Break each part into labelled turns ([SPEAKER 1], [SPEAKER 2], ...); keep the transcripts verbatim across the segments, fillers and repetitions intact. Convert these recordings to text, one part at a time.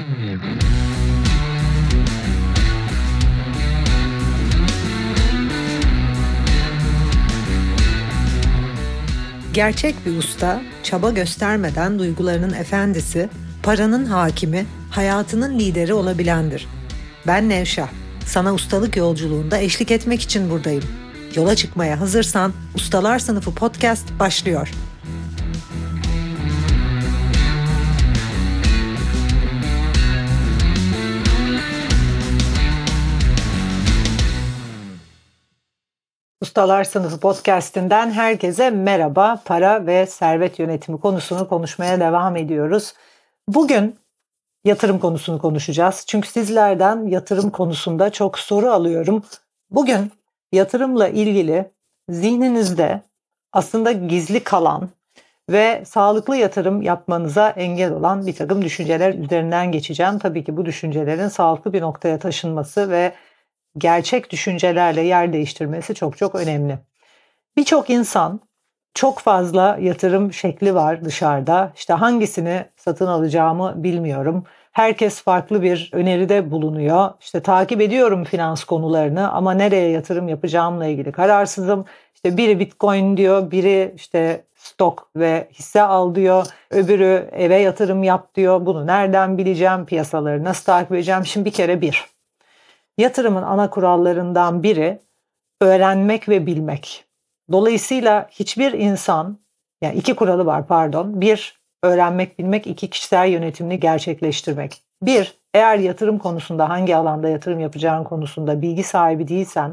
[SPEAKER 1] Gerçek bir usta, çaba göstermeden duygularının efendisi, paranın hakimi, hayatının lideri olabilendir. Ben Nevşah, sana ustalık yolculuğunda eşlik etmek için buradayım. Yola çıkmaya hazırsan Ustalar Sınıfı Podcast başlıyor. Ustalar Sınıfı Podcast'inden herkese merhaba. Para ve servet yönetimi konusunu konuşmaya devam ediyoruz. Bugün yatırım konusunu konuşacağız. Çünkü sizlerden yatırım konusunda çok soru alıyorum. Bugün yatırımla ilgili zihninizde aslında gizli kalan ve sağlıklı yatırım yapmanıza engel olan bir takım düşünceler üzerinden geçeceğim. Tabii ki bu düşüncelerin sağlıklı bir noktaya taşınması ve gerçek düşüncelerle yer değiştirmesi çok çok önemli. Birçok insan çok fazla yatırım şekli var dışarıda. İşte hangisini satın alacağımı bilmiyorum. Herkes farklı bir öneride bulunuyor. İşte takip ediyorum finans konularını ama nereye yatırım yapacağımla ilgili kararsızım. İşte biri Bitcoin diyor, biri işte stok ve hisse al diyor, öbürü eve yatırım yap diyor. Bunu nereden bileceğim, piyasaları nasıl takip edeceğim? Şimdi bir kere bir. Yatırımın ana kurallarından biri öğrenmek ve bilmek. Dolayısıyla hiçbir insan, yani iki kuralı var pardon. Bir, öğrenmek, bilmek. İki, kişisel yönetimini gerçekleştirmek. Bir, eğer yatırım konusunda hangi alanda yatırım yapacağın konusunda bilgi sahibi değilsen,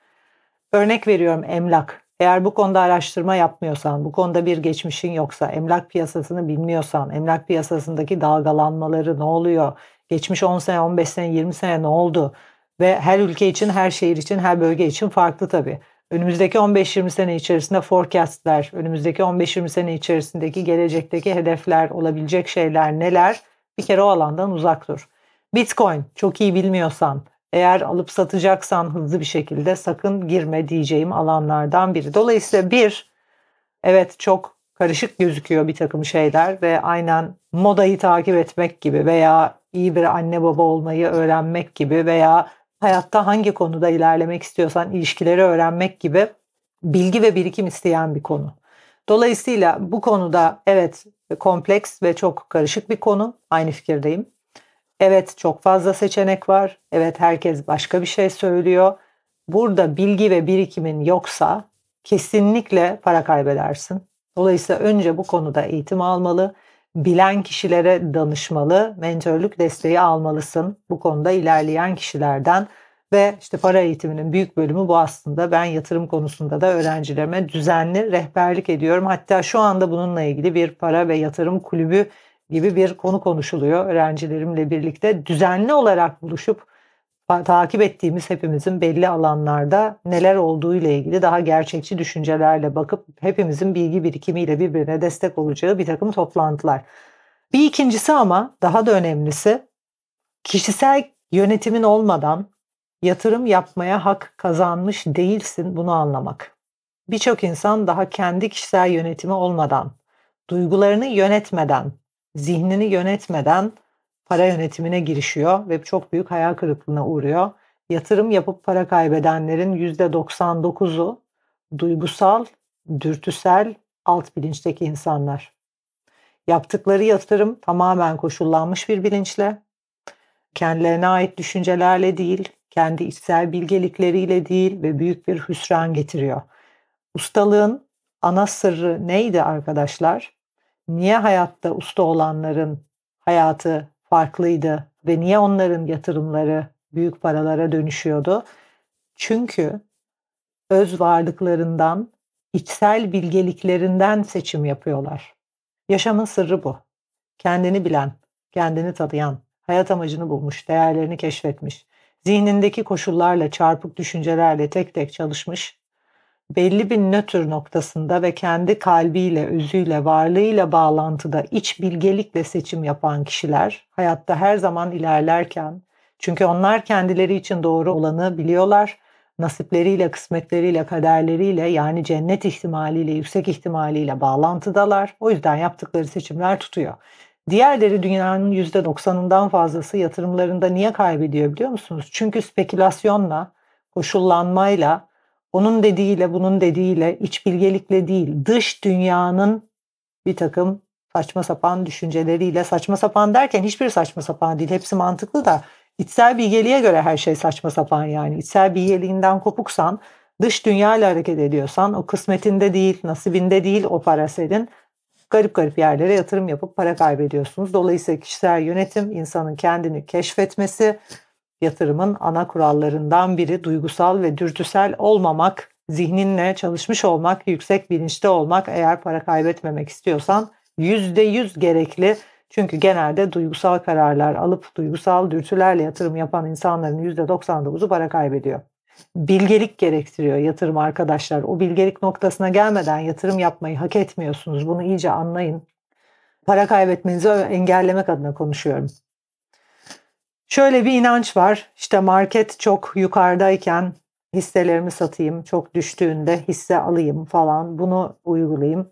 [SPEAKER 1] örnek veriyorum emlak. Eğer bu konuda araştırma yapmıyorsan, bu konuda bir geçmişin yoksa, emlak piyasasını bilmiyorsan, emlak piyasasındaki dalgalanmaları ne oluyor, geçmiş on sene, on beş sene, yirmi sene ne oldu? Ve her ülke için, her şehir için, her bölge için farklı tabii. Önümüzdeki on beş yirmi sene içerisinde forecastler, önümüzdeki on beş yirmi sene içerisindeki gelecekteki hedefler, olabilecek şeyler neler? Bir kere o alandan uzak dur. Bitcoin çok iyi bilmiyorsan, eğer alıp satacaksan hızlı bir şekilde sakın girme diyeceğim alanlardan biri. Dolayısıyla bir, evet çok karışık gözüküyor bir takım şeyler ve aynen modayı takip etmek gibi veya iyi bir anne baba olmayı öğrenmek gibi veya hayatta hangi konuda ilerlemek istiyorsan ilişkileri öğrenmek gibi bilgi ve birikim isteyen bir konu. Dolayısıyla bu konuda evet kompleks ve çok karışık bir konu. Aynı fikirdeyim. Evet çok fazla seçenek var. Evet herkes başka bir şey söylüyor. Burada bilgi ve birikimin yoksa kesinlikle para kaybedersin. Dolayısıyla önce bu konuda eğitim almalı. Bilen kişilere danışmalı, mentörlük desteği almalısın bu konuda ilerleyen kişilerden ve işte para eğitiminin büyük bölümü bu aslında. Ben yatırım konusunda da öğrencilerime düzenli rehberlik ediyorum. Hatta şu anda bununla ilgili bir para ve yatırım kulübü gibi bir konu konuşuluyor. Öğrencilerimle birlikte düzenli olarak buluşup takip ettiğimiz hepimizin belli alanlarda neler olduğu ile ilgili daha gerçekçi düşüncelerle bakıp hepimizin bilgi birikimiyle birbirine destek olacağı bir takım toplantılar. Bir ikincisi ama daha da önemlisi kişisel yönetimin olmadan yatırım yapmaya hak kazanmış değilsin bunu anlamak. Birçok insan daha kendi kişisel yönetimi olmadan, duygularını yönetmeden, zihnini yönetmeden para yönetimine girişiyor ve çok büyük hayal kırıklığına uğruyor. Yatırım yapıp para kaybedenlerin yüzde doksan dokuzu duygusal, dürtüsel, alt bilinçteki insanlar. Yaptıkları yatırım tamamen koşullanmış bir bilinçle, kendilerine ait düşüncelerle değil, kendi içsel bilgelikleriyle değil ve büyük bir hüsran getiriyor. Ustalığın ana sırrı neydi arkadaşlar? Niye hayatta usta olanların hayatı farklıydı ve niye onların yatırımları büyük paralara dönüşüyordu? Çünkü öz varlıklarından, içsel bilgeliklerinden seçim yapıyorlar. Yaşamın sırrı bu. Kendini bilen, kendini tanıyan, hayat amacını bulmuş, değerlerini keşfetmiş, zihnindeki koşullarla, çarpık düşüncelerle tek tek çalışmış, belli bir nötr noktasında ve kendi kalbiyle, özüyle, varlığıyla bağlantıda iç bilgelikle seçim yapan kişiler hayatta her zaman ilerlerken, çünkü onlar kendileri için doğru olanı biliyorlar, nasipleriyle, kısmetleriyle, kaderleriyle yani cennet ihtimaliyle, yüksek ihtimaliyle bağlantıdalar. O yüzden yaptıkları seçimler tutuyor. Diğerleri dünyanın yüzde doksanından fazlası yatırımlarında niye kaybediyor biliyor musunuz? Çünkü spekülasyonla, koşullanmayla, onun dediğiyle, bunun dediğiyle, iç bilgelikle değil, dış dünyanın bir takım saçma sapan düşünceleriyle, saçma sapan derken hiçbir saçma sapan değil, hepsi mantıklı da içsel bilgeliğe göre her şey saçma sapan yani. İçsel bilgeliğinden kopuksan, dış dünyayla hareket ediyorsan, o kısmetinde değil, nasibinde değil o para senin. Garip garip yerlere yatırım yapıp para kaybediyorsunuz. Dolayısıyla kişisel yönetim, insanın kendini keşfetmesi, yatırımın ana kurallarından biri. Duygusal ve dürtüsel olmamak, zihninle çalışmış olmak, yüksek bilinçte olmak. Eğer para kaybetmemek istiyorsan yüzde yüz gerekli. Çünkü genelde duygusal kararlar alıp duygusal dürtülerle yatırım yapan insanların yüzde doksan dokuzu para kaybediyor. Bilgelik gerektiriyor yatırım arkadaşlar. O bilgelik noktasına gelmeden yatırım yapmayı hak etmiyorsunuz. Bunu iyice anlayın. Para kaybetmenizi engellemek adına konuşuyorum. Şöyle bir inanç var. İşte market çok yukarıdayken hisselerimi satayım, çok düştüğünde hisse alayım falan. Bunu uygulayayım.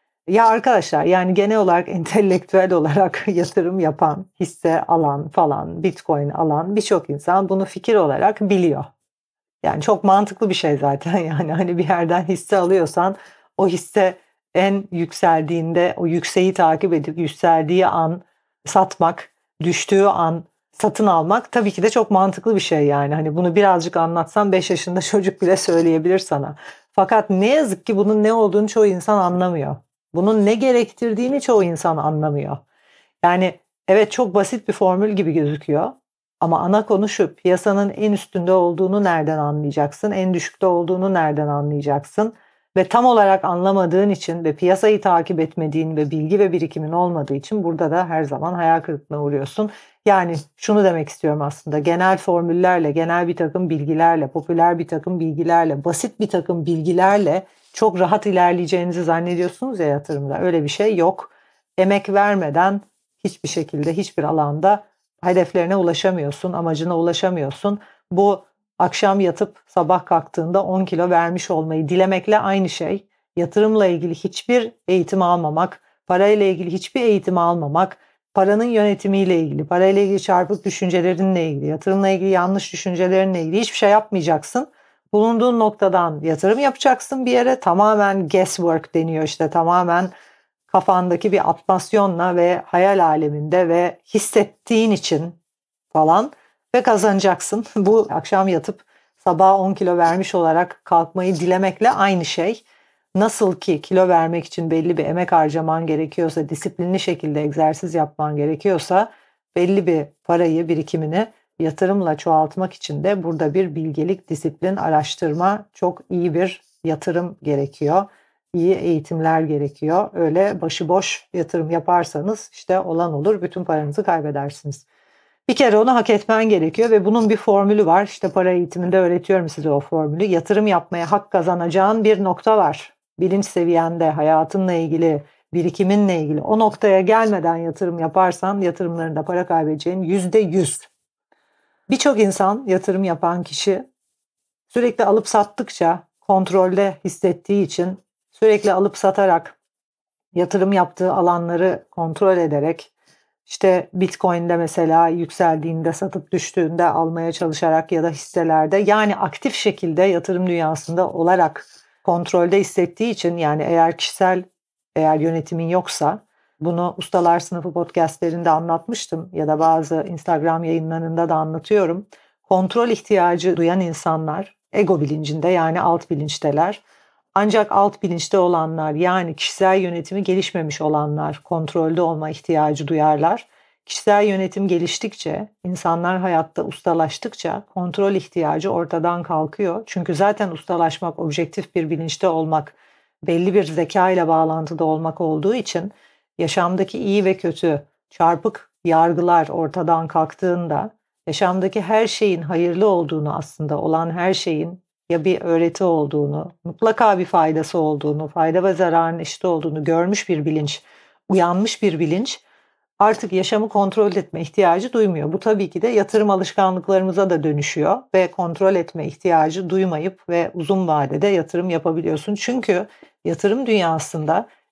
[SPEAKER 1] Ya arkadaşlar yani genel olarak entelektüel olarak yatırım yapan, hisse alan falan, Bitcoin alan birçok insan bunu fikir olarak biliyor. Yani çok mantıklı bir şey zaten yani hani bir yerden hisse alıyorsan o hisse en yükseldiğinde o yükseği takip edip yükseldiği an satmak, düştüğü an satın almak tabii ki de çok mantıklı bir şey yani. Hani bunu birazcık anlatsam beş yaşında çocuk bile söyleyebilir sana. Fakat ne yazık ki bunun ne olduğunu çoğu insan anlamıyor. Bunun ne gerektirdiğini çoğu insan anlamıyor. Yani evet çok basit bir formül gibi gözüküyor. Ama ana konu şu, piyasanın en üstünde olduğunu nereden anlayacaksın? En düşükte olduğunu nereden anlayacaksın? Ve tam olarak anlamadığın için ve piyasayı takip etmediğin ve bilgi ve birikimin olmadığı için burada da her zaman hayal kırıklığına uğruyorsun. Yani şunu demek istiyorum aslında, genel formüllerle, genel bir takım bilgilerle, popüler bir takım bilgilerle, basit bir takım bilgilerle çok rahat ilerleyeceğinizi zannediyorsunuz ya yatırımda. Öyle bir şey yok. Emek vermeden hiçbir şekilde, hiçbir alanda hedeflerine ulaşamıyorsun, amacına ulaşamıyorsun. Bu akşam yatıp sabah kalktığında on kilo vermiş olmayı dilemekle aynı şey. Yatırımla ilgili hiçbir eğitim almamak, parayla ilgili hiçbir eğitim almamak, paranın yönetimiyle ilgili, parayla ilgili çarpık düşüncelerinle ilgili, yatırımla ilgili yanlış düşüncelerinle ilgili hiçbir şey yapmayacaksın. Bulunduğun noktadan yatırım yapacaksın bir yere, tamamen guesswork deniyor işte, tamamen kafandaki bir atmasyonla ve hayal aleminde ve hissettiğin için falan ve kazanacaksın. Bu akşam yatıp sabah on kilo vermiş olarak kalkmayı dilemekle aynı şey. Nasıl ki kilo vermek için belli bir emek harcaman gerekiyorsa, disiplinli şekilde egzersiz yapman gerekiyorsa, belli bir parayı, birikimini yatırımla çoğaltmak için de burada bir bilgelik, disiplin, araştırma, çok iyi bir yatırım gerekiyor. İyi eğitimler gerekiyor. Öyle başıboş yatırım yaparsanız işte olan olur, bütün paranızı kaybedersiniz. Bir kere onu hak etmen gerekiyor ve bunun bir formülü var. İşte para eğitiminde öğretiyorum size o formülü. Yatırım yapmaya hak kazanacağın bir nokta var. Bilinç seviyende, hayatınla ilgili, birikiminle ilgili. O noktaya gelmeden yatırım yaparsan yatırımlarında para kaybedeceğin yüzde yüz. Birçok insan, yatırım yapan kişi sürekli alıp sattıkça kontrolde hissettiği için sürekli alıp satarak, yatırım yaptığı alanları kontrol ederek, işte Bitcoin'de mesela yükseldiğinde satıp düştüğünde almaya çalışarak ya da hisselerde, yani aktif şekilde yatırım dünyasında olarak kontrolde hissettiği için, yani eğer kişisel, eğer yönetimin yoksa, bunu Ustalar Sınıfı podcastlerinde anlatmıştım ya da bazı Instagram yayınlarında da anlatıyorum. Kontrol ihtiyacı duyan insanlar ego bilincinde, yani alt bilinçteler. Ancak alt bilinçte olanlar, yani kişisel yönetimi gelişmemiş olanlar kontrolde olma ihtiyacı duyarlar. Kişisel yönetim geliştikçe, insanlar hayatta ustalaştıkça kontrol ihtiyacı ortadan kalkıyor. Çünkü zaten ustalaşmak, objektif bir bilinçte olmak, belli bir zeka ile bağlantıda olmak olduğu için yaşamdaki iyi ve kötü, çarpık yargılar ortadan kalktığında, yaşamdaki her şeyin hayırlı olduğunu, aslında olan her şeyin ya bir öğreti olduğunu, mutlaka bir faydası olduğunu, fayda ve zararın eşit olduğunu görmüş bir bilinç, uyanmış bir bilinç artık yaşamı kontrol etme ihtiyacı duymuyor. Bu tabii ki de yatırım alışkanlıklarımıza da dönüşüyor ve kontrol etme ihtiyacı duymayıp ve uzun vadede yatırım yapabiliyorsun. Çünkü yatırım dünyasında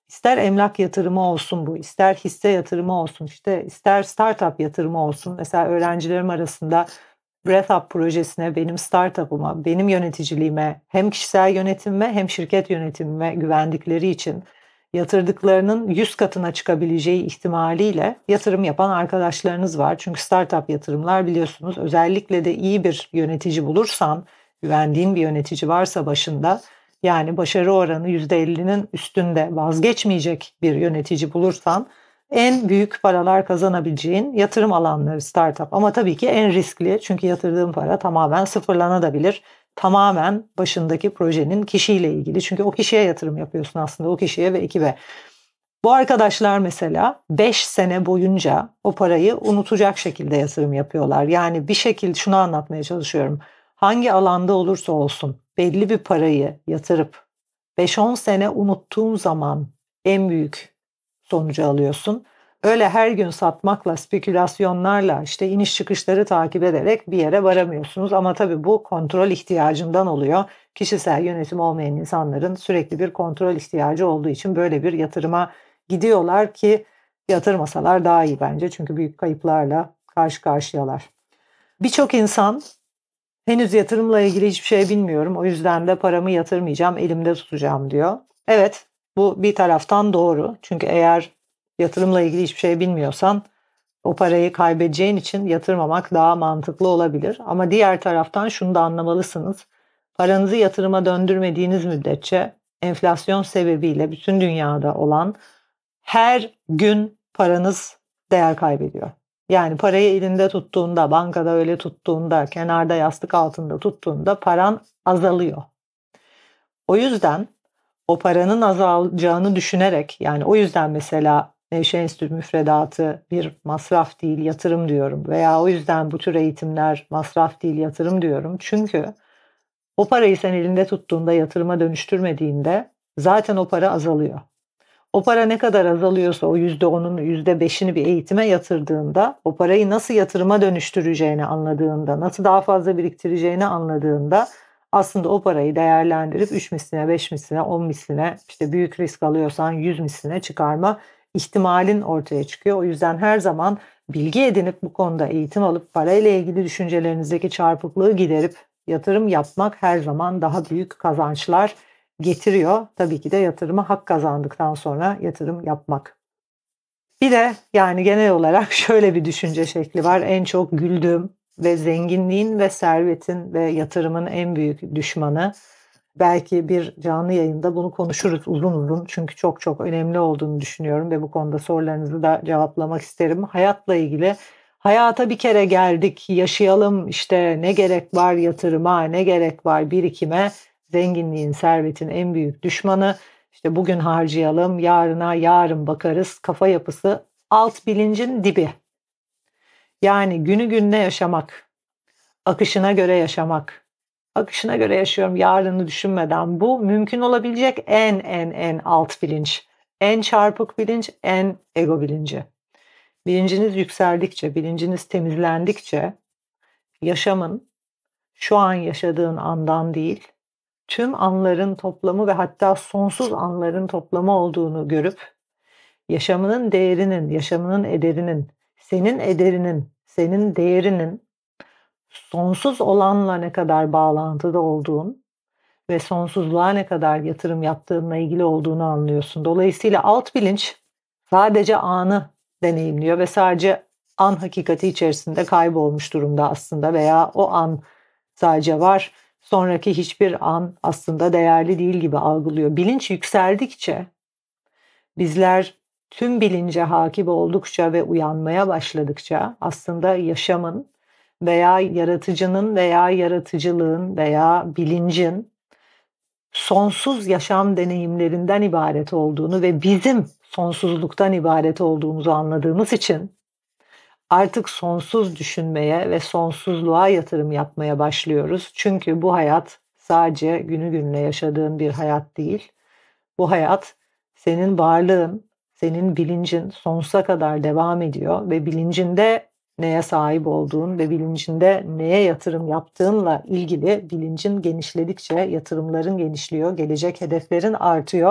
[SPEAKER 1] İster emlak yatırımı olsun bu, ister hisse yatırımı olsun, işte ister startup yatırımı olsun. Mesela öğrencilerim arasında Breath Up projesine, benim startup'ıma, benim yöneticiliğime, hem kişisel yönetimime hem şirket yönetimime güvendikleri için yatırdıklarının yüz katına çıkabileceği ihtimaliyle yatırım yapan arkadaşlarınız var. Çünkü startup yatırımlar biliyorsunuz, özellikle de iyi bir yönetici bulursan, güvendiğin bir yönetici varsa başında, yani başarı oranı yüzde ellinin üstünde, vazgeçmeyecek bir yönetici bulursan en büyük paralar kazanabileceğin yatırım alanları startup. Ama tabii ki en riskli, çünkü yatırdığın para tamamen sıfırlanabilir. Tamamen başındaki projenin kişiyle ilgili. Çünkü o kişiye yatırım yapıyorsun aslında, o kişiye ve ekibe. Bu arkadaşlar mesela beş sene boyunca o parayı unutacak şekilde yatırım yapıyorlar. Yani bir şekilde şunu anlatmaya çalışıyorum. Hangi alanda olursa olsun belli bir parayı yatırıp beş on sene unuttuğun zaman en büyük sonucu alıyorsun. Öyle her gün satmakla, spekülasyonlarla, işte iniş çıkışları takip ederek bir yere varamıyorsunuz. Ama tabii bu kontrol ihtiyacından oluyor. Kişisel yönetim olmayan insanların sürekli bir kontrol ihtiyacı olduğu için böyle bir yatırıma gidiyorlar ki yatırmasalar daha iyi bence. Çünkü büyük kayıplarla karşı karşıyalar. Birçok insan henüz yatırımla ilgili hiçbir şey bilmiyorum, o yüzden de paramı yatırmayacağım, elimde tutacağım diyor. Evet, bu bir taraftan doğru. Çünkü eğer yatırımla ilgili hiçbir şey bilmiyorsan o parayı kaybedeceğin için yatırmamak daha mantıklı olabilir. Ama diğer taraftan şunu da anlamalısınız. Paranızı yatırıma döndürmediğiniz müddetçe enflasyon sebebiyle bütün dünyada olan her gün paranız değer kaybediyor. Yani parayı elinde tuttuğunda, bankada öyle tuttuğunda, kenarda yastık altında tuttuğunda paran azalıyor. O yüzden o paranın azalacağını düşünerek, yani o yüzden mesela Nevşehir Enstitü müfredatı bir masraf değil yatırım diyorum, veya o yüzden bu tür eğitimler masraf değil yatırım diyorum. Çünkü o parayı sen elinde tuttuğunda, yatırıma dönüştürmediğinde zaten o para azalıyor. O para ne kadar azalıyorsa, o yüzde onunu, yüzde beşini bir eğitime yatırdığında, o parayı nasıl yatırıma dönüştüreceğini anladığında, nasıl daha fazla biriktireceğini anladığında aslında o parayı değerlendirip üç misline, beş misline, on misline, işte büyük risk alıyorsan yüz misline çıkarma ihtimalin ortaya çıkıyor. O yüzden her zaman bilgi edinip bu konuda eğitim alıp parayla ilgili düşüncelerinizdeki çarpıklığı giderip yatırım yapmak her zaman daha büyük kazançlar getiriyor. Tabii ki de yatırıma hak kazandıktan sonra yatırım yapmak. Bir de yani genel olarak şöyle bir düşünce şekli var. En çok güldüğüm ve zenginliğin ve servetin ve yatırımın en büyük düşmanı. Belki bir canlı yayında bunu konuşuruz uzun uzun. Çünkü çok çok önemli olduğunu düşünüyorum ve bu konuda sorularınızı da cevaplamak isterim. Hayatla ilgili, hayata bir kere geldik, yaşayalım, işte ne gerek var yatırıma, ne gerek var birikime. Zenginliğin, servetin en büyük düşmanı. İşte bugün harcayalım, yarına yarın bakarız. Kafa yapısı alt bilincin dibi. Yani günü gününe yaşamak, akışına göre yaşamak. Akışına göre yaşıyorum, yarını düşünmeden. Bu mümkün olabilecek en en en alt bilinç. En çarpık bilinç, en ego bilinci. Bilinciniz yükseldikçe, bilinciniz temizlendikçe yaşamın şu an yaşadığın andan değil, tüm anların toplamı ve hatta sonsuz anların toplamı olduğunu görüp yaşamının değerinin, yaşamının ederinin, senin ederinin, senin değerinin sonsuz olanla ne kadar bağlantıda olduğun ve sonsuzluğa ne kadar yatırım yaptığınla ilgili olduğunu anlıyorsun. Dolayısıyla alt bilinç sadece anı deneyimliyor ve sadece an hakikati içerisinde kaybolmuş durumda aslında, veya o an sadece var. Sonraki hiçbir an aslında değerli değil gibi algılıyor. Bilinç yükseldikçe, bizler tüm bilince hakim oldukça ve uyanmaya başladıkça aslında yaşamın veya yaratıcının veya yaratıcılığın veya bilincin sonsuz yaşam deneyimlerinden ibaret olduğunu ve bizim sonsuzluktan ibaret olduğumuzu anladığımız için artık sonsuz düşünmeye ve sonsuzluğa yatırım yapmaya başlıyoruz. Çünkü bu hayat sadece günü gününe yaşadığın bir hayat değil. Bu hayat senin varlığın, senin bilincin sonsuza kadar devam ediyor ve bilincinde neye sahip olduğun ve bilincinde neye yatırım yaptığınla ilgili bilincin genişledikçe yatırımların genişliyor, gelecek hedeflerin artıyor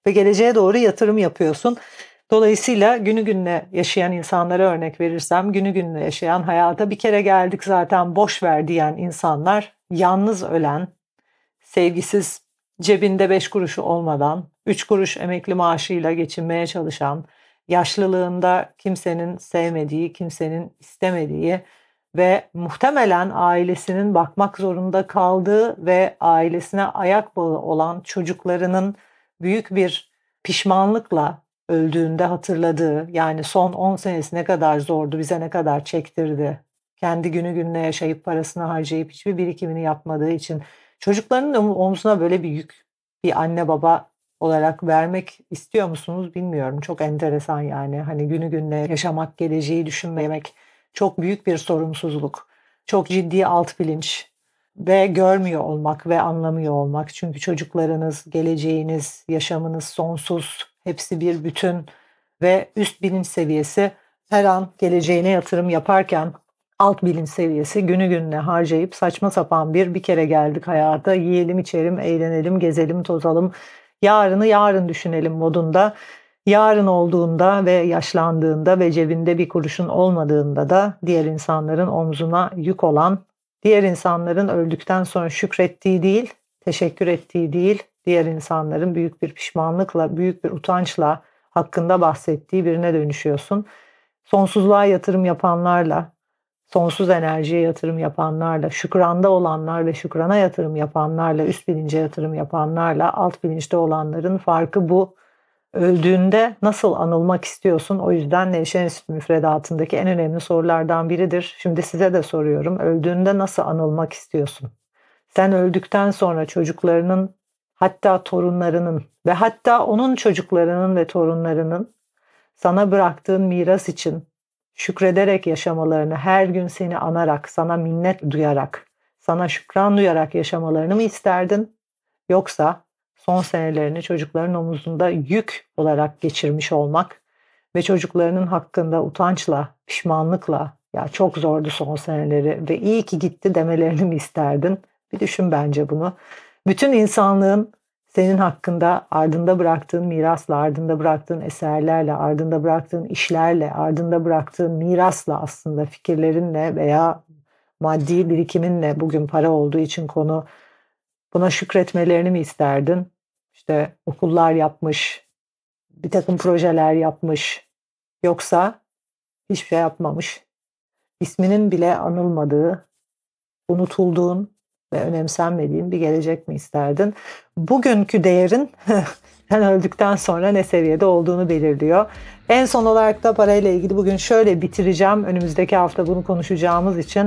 [SPEAKER 1] ve geleceğe doğru yatırım yapıyorsun. Dolayısıyla günü gününe yaşayan insanlara örnek verirsem, günü gününe yaşayan, hayata bir kere geldik zaten boş ver diyen insanlar, yalnız ölen, sevgisiz, cebinde beş kuruşu olmadan, üç kuruş emekli maaşıyla geçinmeye çalışan, yaşlılığında kimsenin sevmediği, kimsenin istemediği ve muhtemelen ailesinin bakmak zorunda kaldığı ve ailesine ayak bağı olan çocuklarının büyük bir pişmanlıkla öldüğünde hatırladığı, yani son on senesi ne kadar zordu, bize ne kadar çektirdi. Kendi günü gününe yaşayıp parasını harcayıp hiçbir birikimini yapmadığı için çocuklarının om- omzuna böyle bir yük, bir anne baba olarak vermek istiyor musunuz bilmiyorum. Çok enteresan yani. Hani günü gününe yaşamak, geleceği düşünmemek çok büyük bir sorumsuzluk. Çok ciddi alt bilinç ve görmüyor olmak ve anlamıyor olmak. Çünkü çocuklarınız, geleceğiniz, yaşamınız sonsuz. Hepsi bir bütün ve üst bilinç seviyesi her an geleceğine yatırım yaparken alt bilinç seviyesi günü gününe harcayıp saçma sapan bir bir kere geldik hayata, yiyelim, içelim, eğlenelim, gezelim, tozalım, yarını yarın düşünelim modunda. Yarın olduğunda ve yaşlandığında ve cebinde bir kuruşun olmadığında da diğer insanların omzuna yük olan, diğer insanların öldükten sonra şükrettiği değil, teşekkür ettiği değil, diğer insanların büyük bir pişmanlıkla, büyük bir utançla hakkında bahsettiği birine dönüşüyorsun. Sonsuzluğa yatırım yapanlarla, sonsuz enerjiye yatırım yapanlarla, şükranda olanlar ve şükrana yatırım yapanlarla, üst bilince yatırım yapanlarla alt bilinçte olanların farkı bu. Öldüğünde nasıl anılmak istiyorsun? O yüzden Nevşehir Enstitüsü müfredatındaki en önemli sorulardan biridir. Şimdi size de soruyorum. Öldüğünde nasıl anılmak istiyorsun? Sen öldükten sonra çocuklarının, hatta torunlarının ve hatta onun çocuklarının ve torunlarının sana bıraktığın miras için şükrederek yaşamalarını, her gün seni anarak, sana minnet duyarak, sana şükran duyarak yaşamalarını mı isterdin? Yoksa son senelerini çocukların omuzunda yük olarak geçirmiş olmak ve çocuklarının hakkında utançla, pişmanlıkla, ya çok zordu son seneleri ve iyi ki gitti demelerini mi isterdin? Bir düşün bence bunu. Bütün insanlığın senin hakkında ardında bıraktığın mirasla, ardında bıraktığın eserlerle, ardında bıraktığın işlerle, ardında bıraktığın mirasla, aslında fikirlerinle veya maddi birikiminle, bugün para olduğu için konu, buna şükretmelerini mi isterdin? İşte okullar yapmış, bir takım projeler yapmış, yoksa hiçbir şey yapmamış, isminin bile anılmadığı, unutulduğun ve önemsenmediğin bir gelecek mi isterdin? Bugünkü değerin sen öldükten sonra ne seviyede olduğunu belirliyor. En son olarak da parayla ilgili bugün şöyle bitireceğim. Önümüzdeki hafta bunu konuşacağımız için,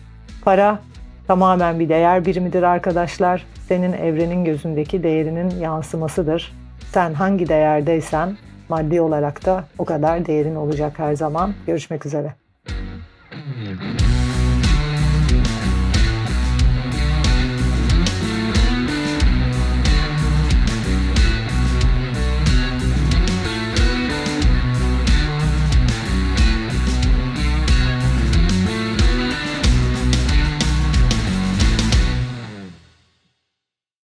[SPEAKER 1] para tamamen bir değer birimidir arkadaşlar. Senin evrenin gözündeki değerinin yansımasıdır. Sen hangi değerdeysen maddi olarak da o kadar değerin olacak her zaman. Görüşmek üzere.